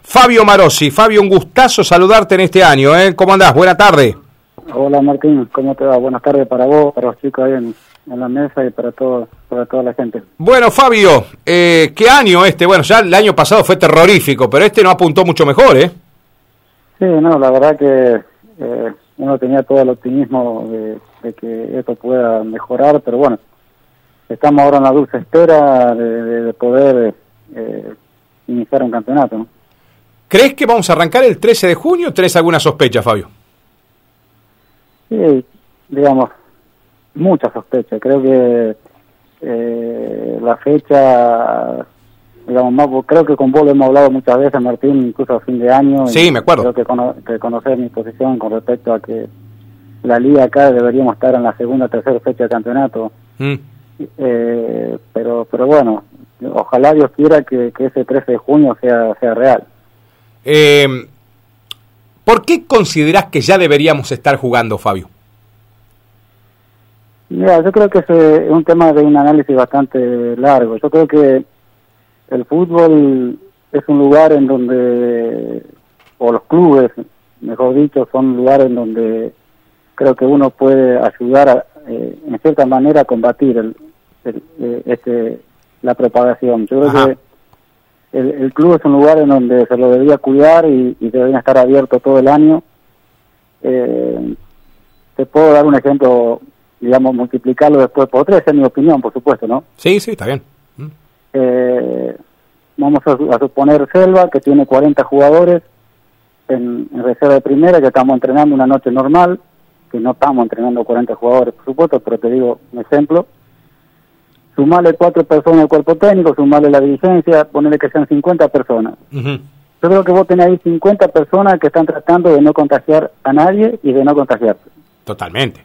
Fabio Marossi. Fabio, un gustazo saludarte en este año, ¿eh? ¿Cómo andás? Buena tarde. Hola Martín, ¿cómo te va? Buenas tardes para vos, para los chicos ahí en la mesa y para toda la gente. Bueno, Fabio, ¿qué año este? Bueno, ya el año pasado fue terrorífico, pero este no apuntó mucho mejor, ¿eh? Sí, no, la verdad que uno tenía todo el optimismo de que esto pueda mejorar, pero bueno, estamos ahora en la dulce espera de poder iniciar un campeonato, ¿no? ¿Crees que vamos a arrancar el 13 de junio o tenés alguna sospecha, Fabio? Sí, digamos, mucha sospecha. Creo que la fecha, digamos, más, creo que con vos lo hemos hablado muchas veces, Martín, incluso a fin de año. Sí, me acuerdo. Creo que conocer mi posición con respecto a que la liga acá deberíamos estar en la segunda o tercera fecha de campeonato. Pero bueno, ojalá Dios quiera que ese 13 de junio sea real. ¿Por qué considerás que ya deberíamos estar jugando, Fabio? Mira, yo creo que es un tema de un análisis bastante largo. Yo creo que el fútbol es un lugar en donde, o los clubes, mejor dicho, son lugares en donde creo que uno puede ayudar en cierta manera a combatir la propagación. Yo creo que el club es un lugar en donde se lo debería cuidar y debería estar abierto todo el año. Te puedo dar un ejemplo, digamos, multiplicarlo después por 3, es mi opinión, por supuesto, ¿no? Sí, está bien. Vamos a suponer Selva, que tiene 40 jugadores en reserva de primera, que estamos entrenando una noche normal, que no estamos entrenando 40 jugadores, por supuesto, pero te digo un ejemplo. Sumarle 4 personas al cuerpo técnico, sumarle la dirigencia, ponerle que sean 50 personas. Yo creo que vos tenés ahí 50 personas que están tratando de no contagiar a nadie y de no contagiarse. Totalmente.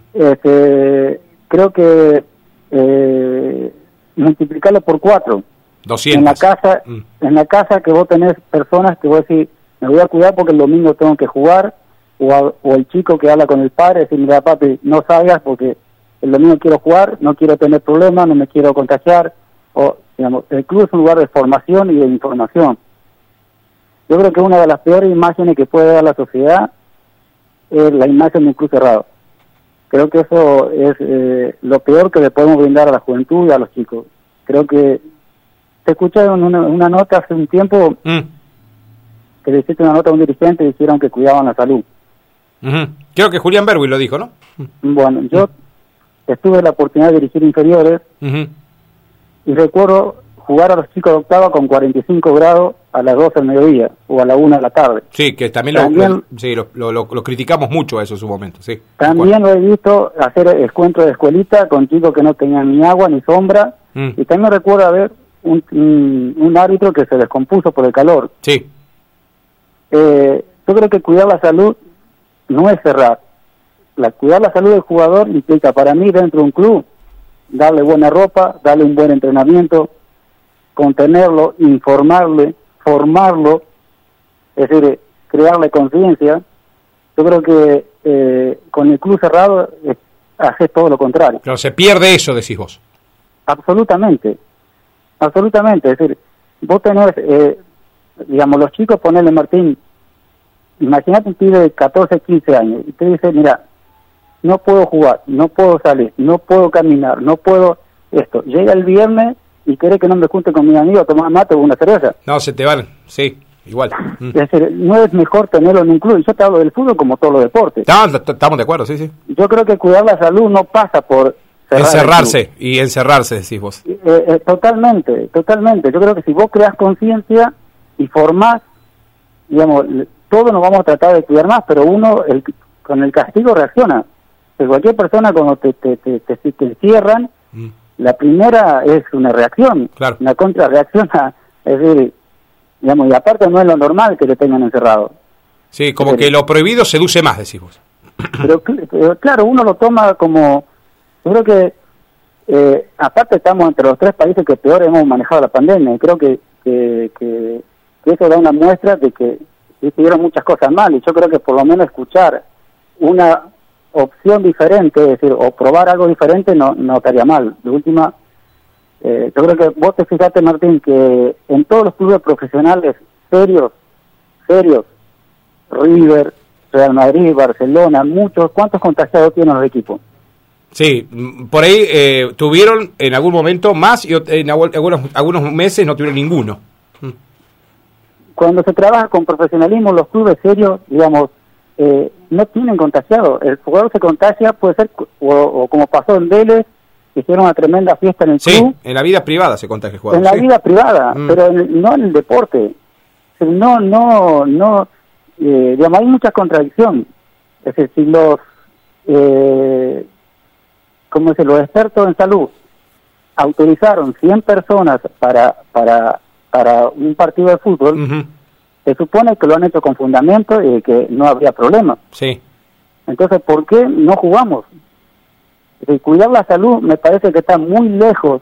Creo que multiplicarlo por 4. 200. En la casa que vos tenés personas que vos decís, me voy a cuidar porque el domingo tengo que jugar, o el chico que habla con el padre, decir, mira papi, no salgas porque el domingo quiero jugar, no quiero tener problemas, no me quiero contagiar. O, digamos, el club es un lugar de formación y de información. Yo creo que una de las peores imágenes que puede dar la sociedad es la imagen de un club cerrado. Creo que eso es lo peor que le podemos brindar a la juventud y a los chicos. Creo que te escuché en una nota hace un tiempo que le hiciste una nota a un dirigente y dijeron que cuidaban la salud. Creo que Julián Berwi lo dijo, ¿no? Bueno, yo tuve la oportunidad de dirigir inferiores y recuerdo jugar a los chicos de octava con 45 grados a las 12 del mediodía o a la 1 de la tarde. Sí, que también lo criticamos mucho a eso en su momento, sí. También lo he visto hacer encuentros de escuelita con chicos que no tenían ni agua ni sombra, y también recuerdo haber un árbitro que se descompuso por el calor. Sí. Yo creo que cuidar la salud no es cerrar. Cuidar la salud del jugador implica, para mí, dentro de un club, darle buena ropa, darle un buen entrenamiento, contenerlo, informarle, formarlo, es decir, crearle conciencia. Yo creo que con el club cerrado hace todo lo contrario. Pero se pierde eso, decís vos. Absolutamente. Es decir, vos tenés, digamos, los chicos, ponerle, Martín, imagínate un pibe de 14, 15 años, y te dice, mira, no puedo jugar, no puedo salir, no puedo caminar, no puedo esto. Llega el viernes y quiere que no me junte con mi amigo a tomar mate o una cerveza. No, se te van, sí, igual. Es decir, no es mejor tenerlo en un club. Yo te hablo del fútbol como todos los deportes. Estamos de acuerdo, sí. Yo creo que cuidar la salud no pasa por encerrarse, decís vos. Totalmente. Yo creo que si vos creas conciencia y formás, digamos, todos nos vamos a tratar de cuidar más, pero uno con el castigo reacciona. Cualquier persona cuando te encierran, la primera es una reacción, claro, una contrarreacción, es decir, digamos, y aparte no es lo normal que te tengan encerrado. Sí, como que lo prohibido seduce más, decís vos. Pero claro, uno lo toma como, yo creo que aparte estamos entre los 3 países que peor hemos manejado la pandemia, y creo que eso da una muestra de que se hicieron muchas cosas mal, y yo creo que por lo menos escuchar una opción diferente, es decir, o probar algo diferente no estaría mal. De última, yo creo que vos te fijaste, Martín, que en todos los clubes profesionales serios serios, River, Real Madrid, Barcelona, muchos. ¿Cuántos contagiados tienen los equipos? Sí, por ahí tuvieron en algún momento más y en algunos meses no tuvieron ninguno. Cuando se trabaja con profesionalismo, los clubes serios, digamos, no tienen contagiados. El jugador se contagia, puede ser, o como pasó en Vélez, que hicieron una tremenda fiesta en el club. Sí, en la vida privada se contagia el jugador. En la vida privada, pero no en el deporte. No, digamos, hay mucha contradicción. Es decir, si los los expertos en salud autorizaron 100 personas para un partido de fútbol, se supone que lo han hecho con fundamento y que no habría problema. Sí. Entonces, ¿por qué no jugamos? Es decir, cuidar la salud me parece que está muy lejos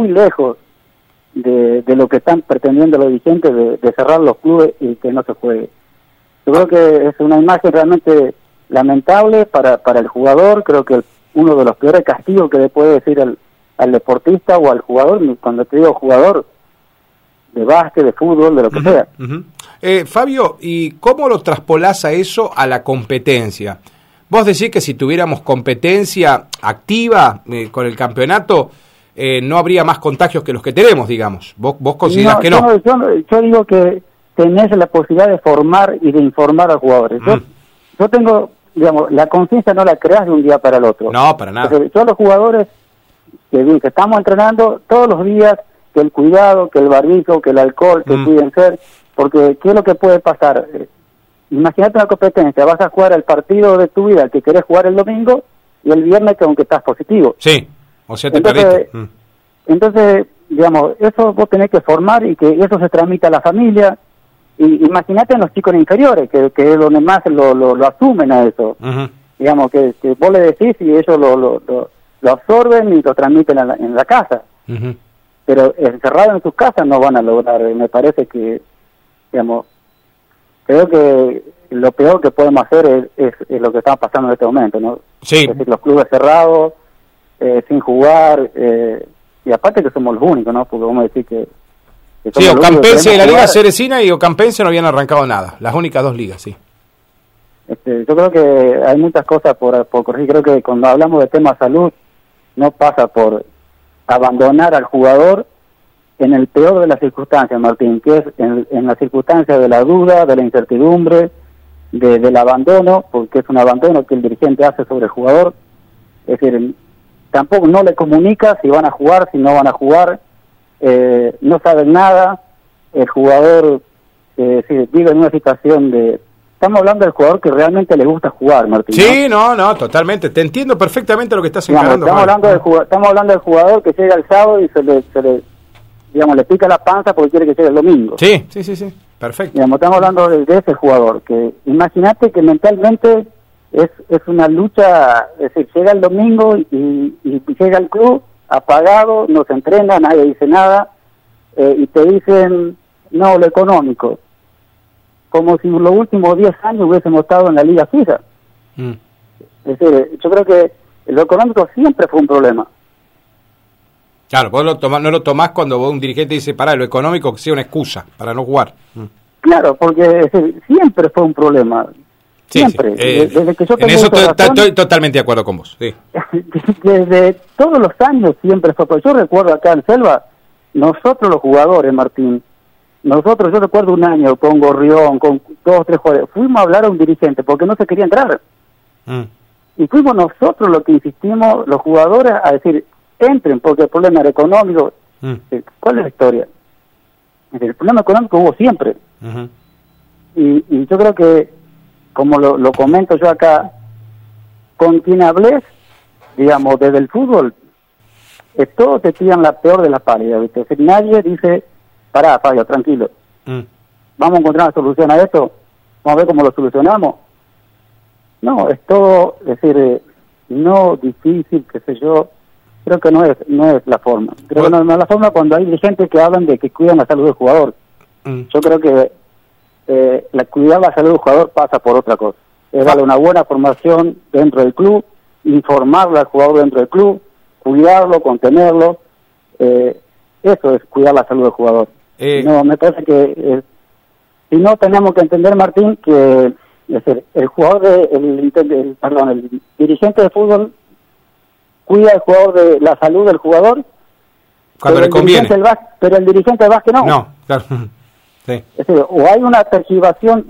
de lo que están pretendiendo los dirigentes de cerrar los clubes y que no se juegue. Yo creo que es una imagen realmente lamentable para el jugador. Creo que uno de los peores castigos que le puede decir al deportista o al jugador, cuando te digo jugador, de básquet, de fútbol, de lo que sea. Fabio, ¿y cómo lo traspolás a eso a la competencia? Vos decís que si tuviéramos competencia activa con el campeonato, no habría más contagios que los que tenemos, digamos. ¿Vos considerás que no? Yo digo que tenés la posibilidad de formar y de informar a los jugadores. Yo tengo, digamos, la conciencia no la creas de un día para el otro. No, para nada. Entonces, yo a los jugadores que estamos entrenando todos los días, que el cuidado, que el barbijo, que el alcohol, que cuiden ser, porque ¿qué es lo que puede pasar? Imagínate una competencia, vas a jugar el partido de tu vida, el que querés jugar el domingo, y el viernes que aunque estás positivo. Sí, o sea, te perdiste. Entonces, digamos, eso vos tenés que formar y que eso se transmita a la familia. Y imagínate en los chicos inferiores, que es donde más lo asumen a eso. Digamos, que vos le decís y ellos lo absorben y lo transmiten en la casa. Pero encerrados en sus casas no van a lograr. Me parece que, digamos, creo que lo peor que podemos hacer es lo que está pasando en este momento, ¿no? Sí. Es decir, los clubes cerrados, sin jugar, y aparte que somos los únicos, ¿no? Porque vamos a decir que sí, Ocampense de la Liga Ceresina y Ocampense no habían arrancado nada. Las únicas dos ligas, sí. Yo creo que hay muchas cosas por corregir. Creo que cuando hablamos de tema salud, no pasa por abandonar al jugador en el peor de las circunstancias, Martín, que es en las circunstancias de la duda, de la incertidumbre, del abandono, porque es un abandono que el dirigente hace sobre el jugador. Es decir, tampoco no le comunica si van a jugar, si no van a jugar, no saben nada. El jugador vive en una situación de... Estamos hablando del jugador que realmente le gusta jugar, Martín. Sí, no, totalmente. Te entiendo perfectamente lo que estás encarando. Estamos hablando del jugador que llega el sábado y se le pica la panza porque quiere que llegue el domingo. Sí, perfecto. Estamos hablando de ese jugador, que imagínate que mentalmente es una lucha, es decir, llega el domingo y llega al club apagado, no se entrena, nadie dice nada, y te dicen, no, lo económico. Como si en los últimos 10 años hubiésemos estado en la Liga Suiza. Es decir, yo creo que lo económico siempre fue un problema. Claro, vos no lo tomás cuando vos un dirigente dice, pará, lo económico que sea una excusa para no jugar. Claro, porque es decir, siempre fue un problema. Siempre. Sí. Desde que yo en eso estoy totalmente de acuerdo con vos. Sí. Desde todos los años siempre fue. Yo recuerdo acá en Selva, nosotros los jugadores, Martín, yo recuerdo un año con Gorrión, con 2 o 3 jugadores, fuimos a hablar a un dirigente porque no se quería entrar. Y fuimos nosotros los que insistimos, los jugadores, a decir, entren, porque el problema era económico. ¿Cuál es la historia? El problema económico hubo siempre. Y yo creo que, como lo comento yo acá, con quien hables, digamos, desde el fútbol, todos te tiran la peor de las pálidas, ¿viste? Es decir, nadie dice, pará, Fabio, tranquilo, vamos a encontrar una solución a esto, vamos a ver cómo lo solucionamos. No, es todo, es decir, no difícil, qué sé yo. Creo que no es la forma. Creo que no es la forma cuando hay gente que hablan de que cuidan la salud del jugador. Yo creo que cuidar la salud del jugador pasa por otra cosa. Es darle una buena formación dentro del club, informarle al jugador dentro del club, cuidarlo, contenerlo. Eso es cuidar la salud del jugador. No, me parece que Si no, tenemos que entender, Martín, que es decir, el jugador, el dirigente de fútbol cuida el jugador de la salud del jugador, cuando le conviene. Pero el dirigente del básquet no. No, claro. Sí. Es decir, o hay una tergiversación,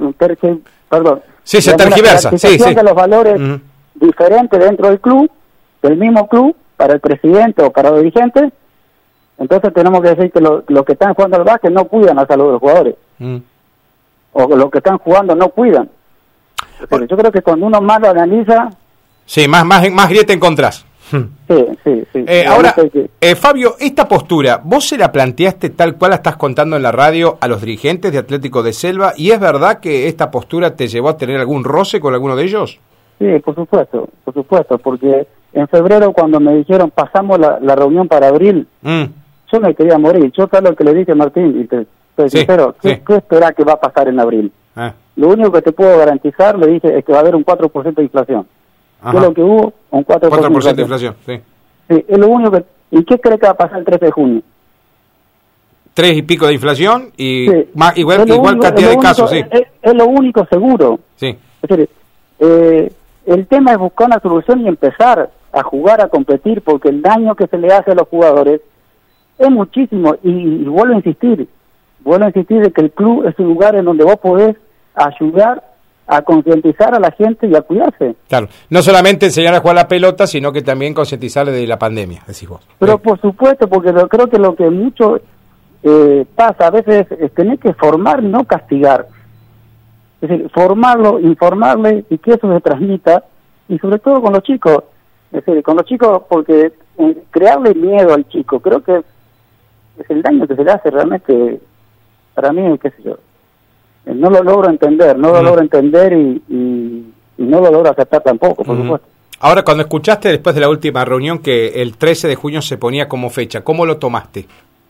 sí, se tergiversa, de los valores diferentes dentro del club, del mismo club, para el presidente o para los dirigentes. Entonces tenemos que decir que los que están jugando al básquet no cuidan la salud de los jugadores. O los que están jugando no cuidan. Pero yo creo que cuando uno más lo analiza... Sí, más grieta encontrás. Sí. Ahora, Fabio, esta postura, ¿vos se la planteaste tal cual la estás contando en la radio a los dirigentes de Atlético de Selva? ¿Y es verdad que esta postura te llevó a tener algún roce con alguno de ellos? Sí, por supuesto, porque en febrero cuando me dijeron pasamos la reunión para abril, yo me quería morir. Yo tal lo que le dije a Martín, y te soy sincero, ¿qué esperás que va a pasar en abril? Lo único que te puedo garantizar, le dije, es que va a haber un 4% de inflación. ¿Qué es lo que hubo? Un 4% de inflación, sí. Sí, es lo único que... ¿Y qué cree que va a pasar el 13 de junio? 3 y pico de inflación y sí. igual cantidad de casos, sí. Es lo único seguro. Sí. Es decir, el tema es buscar una solución y empezar a jugar, a competir, porque el daño que se le hace a los jugadores es muchísimo. Y vuelvo a insistir de que el club es un lugar en donde vos podés ayudar a concientizar a la gente y a cuidarse. Claro, no solamente enseñar a jugar la pelota, sino que también concientizarle de la pandemia, decís vos. Pero por supuesto, porque creo que lo que mucho pasa a veces es tener que formar, no castigar. Es decir, formarlo, informarle y que eso se transmita, y sobre todo con los chicos. Es decir, con los chicos, porque crearle miedo al chico, creo que es el daño que se le hace realmente, para mí, qué sé yo. No lo logro entender, y no lo logro aceptar tampoco, por supuesto. Ahora, cuando escuchaste después de la última reunión que el 13 de junio se ponía como fecha, ¿cómo lo tomaste?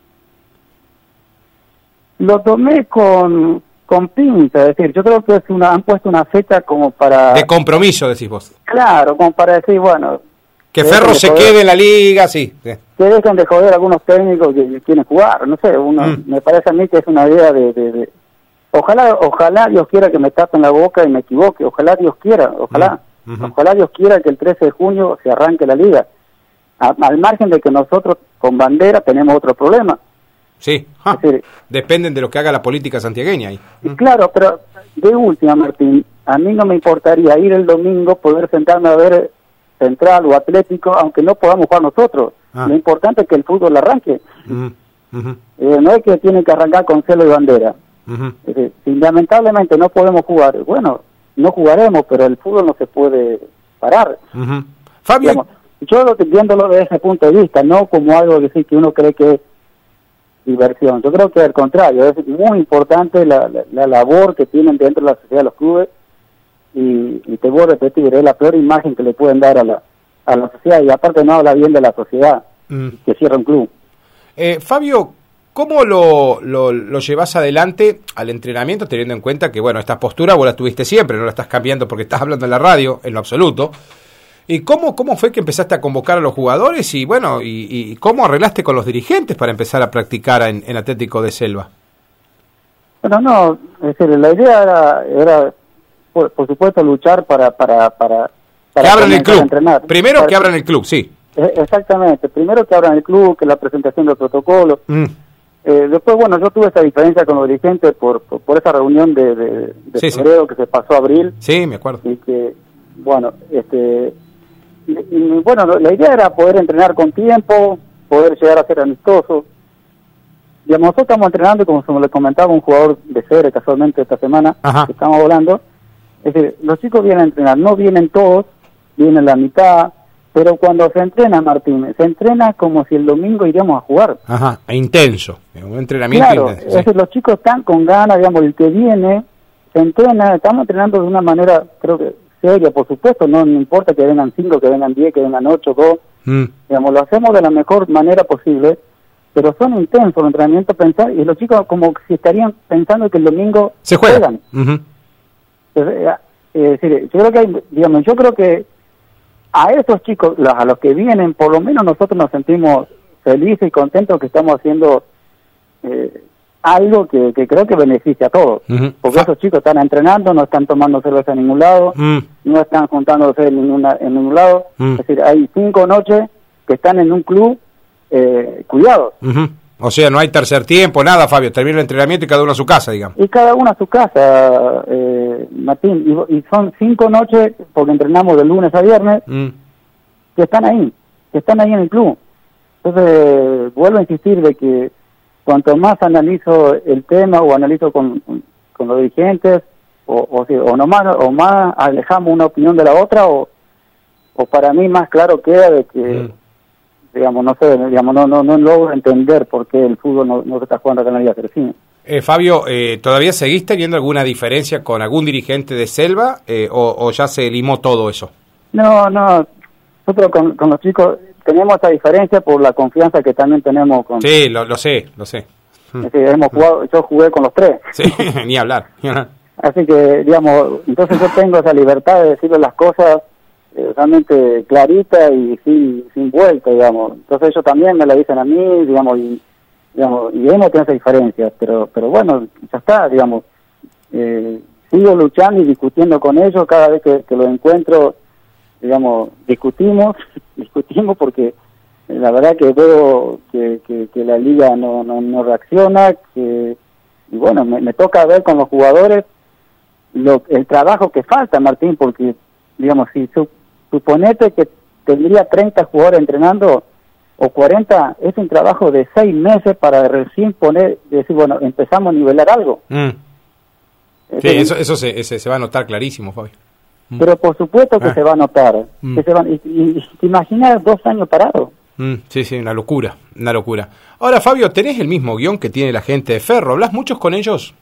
Lo tomé con pinza, es decir, yo creo que han puesto una fecha como para... De compromiso, decís vos. Claro, como para decir, bueno... Que Ferro se quede en la liga, sí. Que dejen de joder a algunos técnicos que quieren jugar, no sé, me parece a mí que es una idea de Ojalá Dios quiera que me tapen la boca y me equivoque, ojalá Dios quiera, ojalá Dios quiera que el 13 de junio se arranque la liga, al margen de que nosotros con bandera tenemos otro problema. Sí, es decir, dependen de lo que haga la política santiagueña ahí. Claro, pero de última, Martín, a mí no me importaría ir el domingo, poder sentarme a ver Central o Atlético, aunque no podamos jugar nosotros. Lo importante es que el fútbol arranque. No es que tienen que arrancar con celo y bandera. Es decir, si lamentablemente no podemos jugar, bueno, no jugaremos, pero el fútbol no se puede parar. Fabio, digamos, yo viéndolo desde ese punto de vista, no como algo que uno cree que es diversión. Yo creo que al contrario, es muy importante la labor que tienen dentro de la sociedad los clubes, y te voy a repetir, es la peor imagen que le pueden dar a la sociedad, y aparte no habla bien de la sociedad que cierra un club. Fabio, ¿cómo lo llevas adelante al entrenamiento, teniendo en cuenta que, bueno, esta postura vos la tuviste siempre, no la estás cambiando porque estás hablando en la radio, en lo absoluto? ¿Y cómo fue que empezaste a convocar a los jugadores y, bueno, y cómo arreglaste con los dirigentes para empezar a practicar en Atlético de Selva? Bueno, no, es decir, la idea era por supuesto, luchar para que abran el club. Primero que abran el club, sí. Exactamente, primero que abran el club, que la presentación del protocolo. Después, bueno, yo tuve esa diferencia con los dirigentes por esa reunión de febrero que se pasó a abril. Sí, me acuerdo. Y que, bueno, bueno, la idea era poder entrenar con tiempo, poder llegar a ser amistosos. Digamos, nosotros estamos entrenando, como le comentaba un jugador de Cere casualmente esta semana, que estamos hablando. Es decir, los chicos vienen a entrenar, no vienen todos, vienen la mitad, pero cuando se entrena, Martín, se entrena como si el domingo iríamos a jugar. Intenso, un entrenamiento intenso. Es decir, los chicos están con ganas, digamos, el que viene, se entrena, estamos entrenando de una manera, creo que seria, por supuesto, no importa que vengan 5, que vengan 10, que vengan 8, 2, digamos, lo hacemos de la mejor manera posible, pero son intensos los entrenamientos, y los chicos como si estarían pensando que el domingo se juegan. Yo creo que a esos chicos, a los que vienen, por lo menos nosotros nos sentimos felices y contentos que estamos haciendo algo que creo que beneficia a todos, porque esos chicos están entrenando, no están tomando cerveza en ningún lado, no están juntándose en ningún lado, es decir, hay 5 noches que están en un club cuidados. O sea, no hay tercer tiempo, nada, Fabio, termina el entrenamiento y cada uno a su casa, digamos. Y cada uno a su casa, Martín, y son 5 noches, porque entrenamos de lunes a viernes, que están ahí en el club. Entonces, vuelvo a insistir de que cuanto más analizo el tema o analizo con los dirigentes, o más alejamos una opinión de la otra, o para mí más claro queda de que, digamos, no sé, digamos, no logro entender por qué el fútbol no se está jugando acá en la Liga Crecina. Fabio, ¿todavía seguís teniendo alguna diferencia con algún dirigente de Selva o ya se limó todo eso? No, nosotros con los chicos tenemos esta diferencia por la confianza que también tenemos con... Sí, lo sé. Es decir, hemos jugado, yo jugué con los 3. Sí, ni hablar. Así que, digamos, entonces yo tengo esa libertad de decirle las cosas realmente clarita y sin vuelta, digamos. Entonces ellos también me la dicen a mí, digamos, y hemos tenido esa diferencia, pero bueno, ya está, digamos. Sigo luchando y discutiendo con ellos cada vez que los encuentro, digamos, discutimos porque la verdad que veo que la liga no reacciona, y bueno, me toca ver con los jugadores el trabajo que falta, Martín, porque, digamos, si suponete que tendría 30 jugadores entrenando o 40, es un trabajo de 6 meses para recién decir, bueno, empezamos a nivelar algo. Sí, eso se va a notar clarísimo, Fabio. Pero por supuesto que se va a notar. Que se van, y te imaginas 2 años parados. Sí, una locura. Ahora, Fabio, ¿tenés el mismo guión que tiene la gente de Ferro? ¿Hablas muchos con ellos?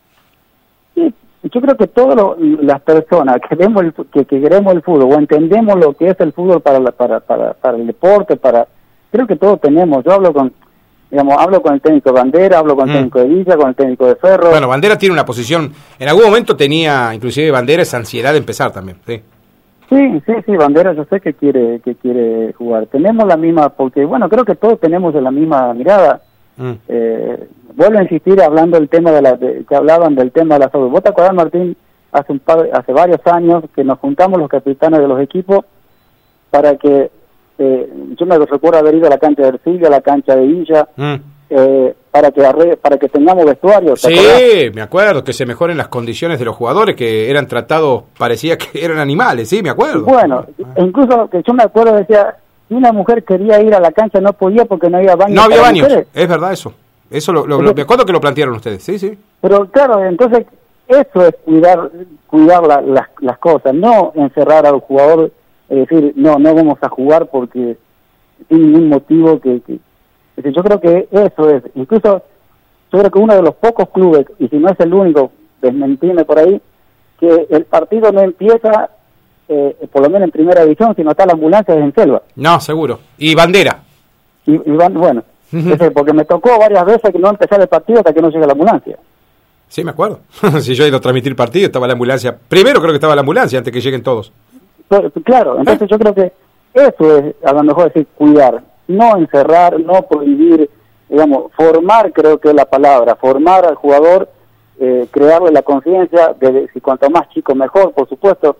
Sí, yo creo que todas las personas que vemos que queremos el fútbol o entendemos lo que es el fútbol para el deporte, creo que todos tenemos. Yo hablo con el técnico de Bandera, hablo con el técnico de Villa, con el técnico de Ferro. Bueno, Bandera tiene una posición, en algún momento tenía, inclusive Bandera, esa ansiedad de empezar también, ¿sí? Sí, Bandera yo sé que quiere jugar. Tenemos la misma, porque bueno, creo que todos tenemos la misma mirada. Vuelvo a insistir hablando del tema que hablaban del tema de la salud. ¿Vos te acordás, Martín, hace varios años que nos juntamos los capitanes de los equipos para que yo me recuerdo haber ido a la cancha de Ercilla, a la cancha de Villa, para que tengamos vestuarios? Sí, me acuerdo, que se mejoren las condiciones de los jugadores, que eran tratados, parecía que eran animales, sí, me acuerdo. Bueno, incluso que yo me acuerdo, decía, si una mujer quería ir a la cancha no podía porque no había baños. No había baños, es verdad eso. Eso me acuerdo que lo plantearon ustedes, sí. Pero claro, entonces eso es cuidar las cosas, no encerrar al jugador, decir, no vamos a jugar porque sin ningún motivo yo creo que eso es, incluso yo creo que uno de los pocos clubes, y si no es el único, desmentirme por ahí, que el partido no empieza, por lo menos en primera división, si no está la ambulancia es en Selva. No, seguro. Y Bandera. Y bueno, porque me tocó varias veces que no empezar el partido hasta que no llegue la ambulancia. Sí, me acuerdo. Si yo he ido a transmitir partido, estaba la ambulancia. Primero creo que estaba la ambulancia antes que lleguen todos. Pero, claro, entonces yo creo que eso es, a lo mejor decir, cuidar. No encerrar, no prohibir, digamos, formar, creo que es la palabra, formar al jugador, crearle la conciencia de si cuanto más chico mejor, por supuesto,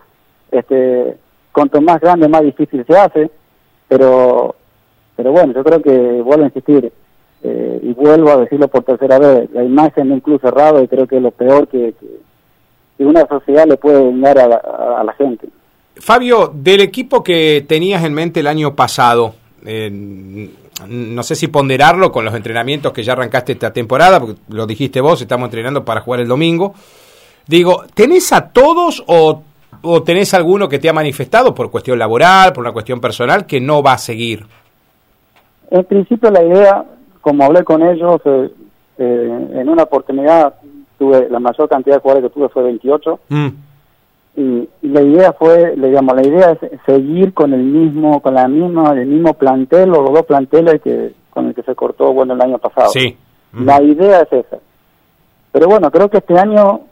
cuanto más grande más difícil se hace, pero bueno, yo creo que vuelvo a insistir, y vuelvo a decirlo por tercera vez, la imagen de un club cerrado y creo que es lo peor que una sociedad le puede dar a la gente. Fabio, del equipo que tenías en mente el año pasado, no sé si ponderarlo con los entrenamientos que ya arrancaste esta temporada, porque lo dijiste vos, estamos entrenando para jugar el domingo. Digo, ¿tenés a todos o tenés alguno que te ha manifestado por cuestión laboral, por una cuestión personal, que no va a seguir? En principio la idea, como hablé con ellos, en una oportunidad tuve la mayor cantidad de jugadores que tuve fue 28. Y la idea es seguir con el mismo plantel, los 2 planteles con el que se cortó el año pasado. Sí. La idea es esa. Pero bueno, creo que este año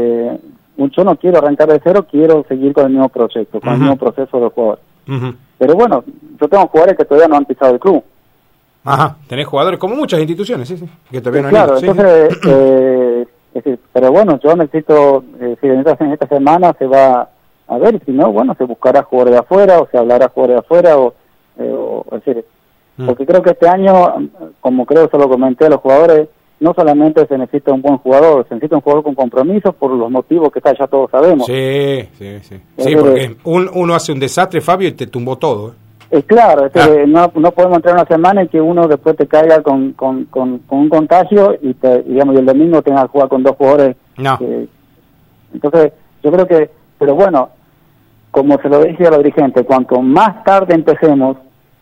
yo no quiero arrancar de cero, quiero seguir con el mismo proyecto, con el mismo proceso de jugadores. Pero bueno, yo tengo jugadores que todavía no han pisado el club. Ajá, tenés jugadores como muchas instituciones, sí, que todavía no han claro, ido. entonces, Sí. es decir, pero bueno, yo necesito, si en esta semana se va a ver, si no, bueno, se buscará jugadores de afuera, o se hablará jugadores de afuera, es decir, porque creo que este año, como creo que se lo comenté a los jugadores, no solamente se necesita un buen jugador, se necesita un jugador con compromiso por los motivos que ya todos sabemos. Sí, porque uno hace un desastre, Fabio, y te tumbó todo. Claro, no podemos entrar una semana y que uno después te caiga con un contagio y digamos, y el domingo tenga que jugar con 2 jugadores. No. Entonces, yo creo que, pero bueno, como se lo dije a los dirigentes, cuanto más tarde empecemos,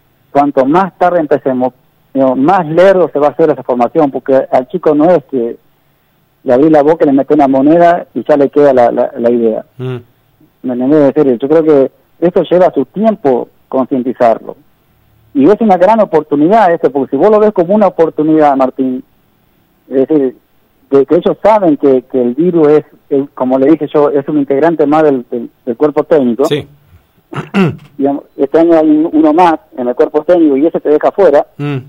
más lerdo se va a hacer esa formación, porque al chico no es que le abrí la boca, le mete una moneda y ya le queda la idea. ¿Me entendés? Es decir, yo creo que esto lleva su tiempo concientizarlo. Y es una gran oportunidad porque si vos lo ves como una oportunidad, Martín, es decir, de que ellos saben que el virus es, como le dije yo, es un integrante más del cuerpo técnico. Sí. Digamos, este año hay uno más en el cuerpo técnico y ese te deja fuera.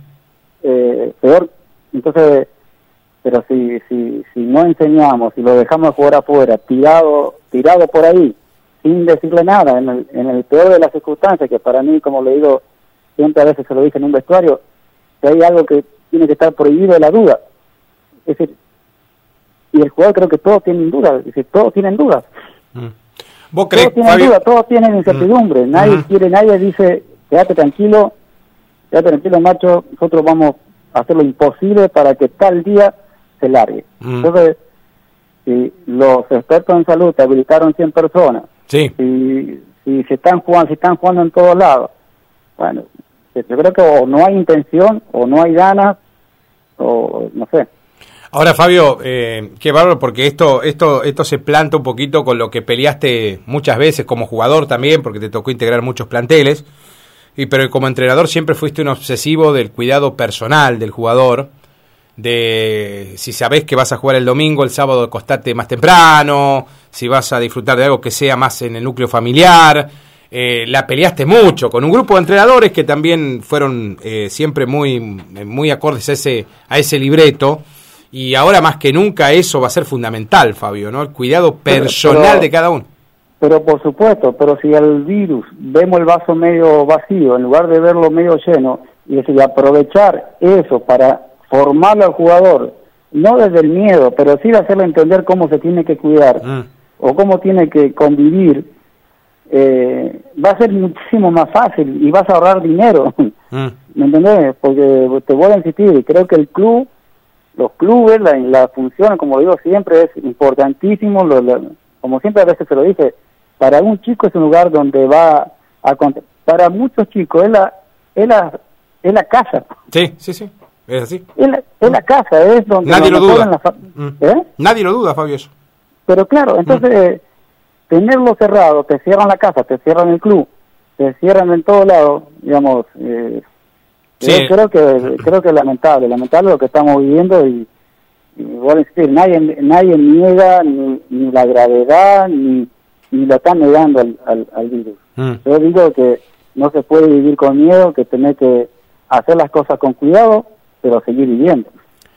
Peor. Entonces, pero si no enseñamos, si lo dejamos jugar afuera, tirado por ahí, sin decirle nada, en el peor de las circunstancias, que para mí, como le digo, siempre a veces se lo dije en un vestuario, que hay algo que tiene que estar prohibido de la duda. Es decir, y el jugador creo que todos tienen dudas, es decir, todos tienen dudas. ¿Vos crees, todos tienen dudas, todos tienen incertidumbre, nadie dice, quédate tranquilo, macho, nosotros vamos a hacer lo imposible para que tal día se largue. Entonces, si los expertos en salud te habilitaron 100 personas, sí. si se están jugando en todos lados, bueno, yo creo que o no hay intención, o no hay ganas, o no sé. Ahora, Fabio, qué bárbaro, porque esto se planta un poquito con lo que peleaste muchas veces como jugador también, porque te tocó integrar muchos planteles, pero como entrenador siempre fuiste un obsesivo del cuidado personal del jugador, de si sabés que vas a jugar el domingo, el sábado acostarte más temprano, si vas a disfrutar de algo que sea más en el núcleo familiar. La peleaste mucho con un grupo de entrenadores que también fueron siempre muy acordes a ese libreto, y ahora más que nunca eso va a ser fundamental, Fabio, ¿no? El cuidado personal de cada uno. Pero por supuesto, pero si al virus vemos el vaso medio vacío en lugar de verlo medio lleno, y decir, aprovechar eso para formarlo al jugador, no desde el miedo, pero sí de hacerle entender cómo se tiene que cuidar o cómo tiene que convivir, va a ser muchísimo más fácil y vas a ahorrar dinero. ¿Me entendés? Porque te voy a insistir, creo que los clubes, la función, como digo siempre, es importantísimo, como siempre a veces se lo dije, para un chico es un lugar donde va para muchos chicos es la casa. Sí, es así. Es la casa, es donde nadie lo duda. Nadie lo duda, Fabio, eso. Pero claro, entonces tenerlo cerrado, te cierran la casa, te cierran el club, te cierran en todos lados, digamos. Sí. Creo que es lamentable lo que estamos viviendo y voy a insistir, nadie niega ni la gravedad ni lo están negando al virus. Yo digo que no se puede vivir con miedo, que tenés que hacer las cosas con cuidado, pero seguir viviendo.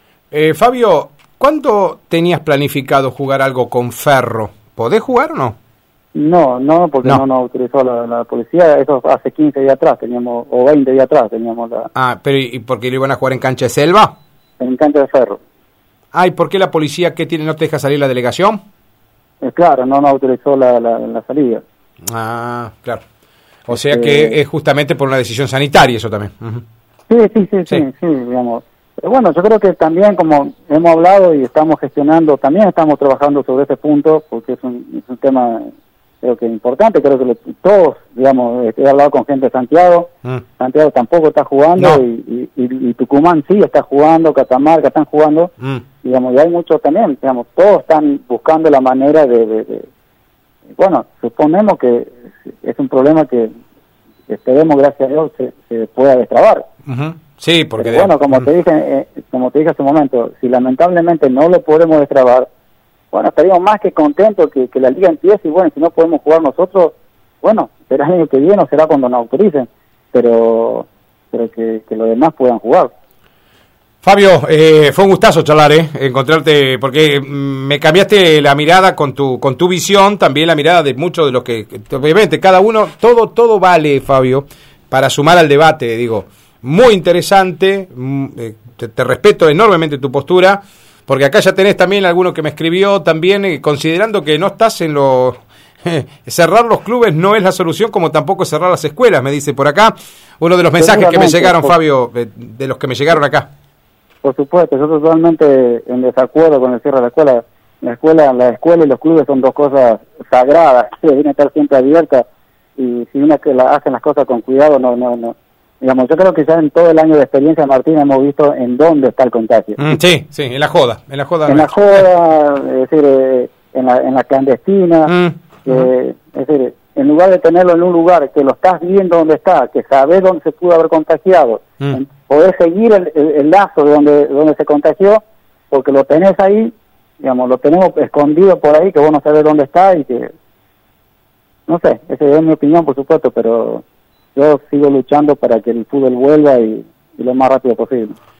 Fabio, ¿cuándo tenías planificado jugar algo con Ferro? ¿Podés jugar o no? No, porque no nos autorizó la policía. Eso hace 15 días atrás teníamos, o 20 días atrás teníamos la... Ah, pero ¿y por qué lo iban a jugar en cancha de selva? En cancha de Ferro. Ah, ¿y por qué la policía no te deja salir la delegación? Claro, no nos autorizó la salida. Ah, claro. O sea que es justamente por una decisión sanitaria eso también. Sí, digamos. Pero bueno, yo creo que también, como hemos hablado y estamos gestionando, también estamos trabajando sobre ese punto, porque es un tema, creo que importante, creo que todos, digamos, he hablado con gente de Santiago, Santiago tampoco está jugando, y Tucumán sí está jugando, Catamarca están jugando, digamos, y hay muchos también, digamos, todos están buscando la manera bueno, suponemos que es un problema que esperemos, gracias a Dios, se pueda destrabar. Sí, porque... Pero bueno, como te dije hace un momento, si lamentablemente no lo podemos destrabar, bueno, estaríamos más que contentos que la liga empiece, y bueno, si no podemos jugar nosotros, bueno, será el año que viene o será cuando nos autoricen, pero pero que los demás puedan jugar. Fabio, fue un gustazo charlar, encontrarte, porque me cambiaste la mirada con tu visión, también la mirada de muchos de los que, obviamente, cada uno, todo vale, Fabio, para sumar al debate, digo, muy interesante, te respeto enormemente tu postura, porque acá ya tenés también alguno que me escribió también, considerando que no estás en lo... cerrar los clubes no es la solución, como tampoco cerrar las escuelas, me dice por acá, uno de los mensajes que me llegaron, Fabio, de los que me llegaron acá. Por supuesto, yo totalmente en desacuerdo con el cierre de la escuela. La escuela y los clubes son dos cosas sagradas, que deben estar siempre abiertas, y si una que hacen las cosas con cuidado, no. Digamos, yo creo que ya en todo el año de experiencia, Martín, hemos visto en dónde está el contagio. Sí, en la joda. En la joda, es decir, en la clandestina, es decir, en lugar de tenerlo en un lugar que lo estás viendo dónde está, que sabes dónde se pudo haber contagiado, podés seguir el lazo de donde se contagió, porque lo tenés ahí, digamos, lo tenemos escondido por ahí, que vos no sabés dónde está y que, no sé, esa es mi opinión, por supuesto, pero yo sigo luchando para que el fútbol vuelva y lo más rápido posible.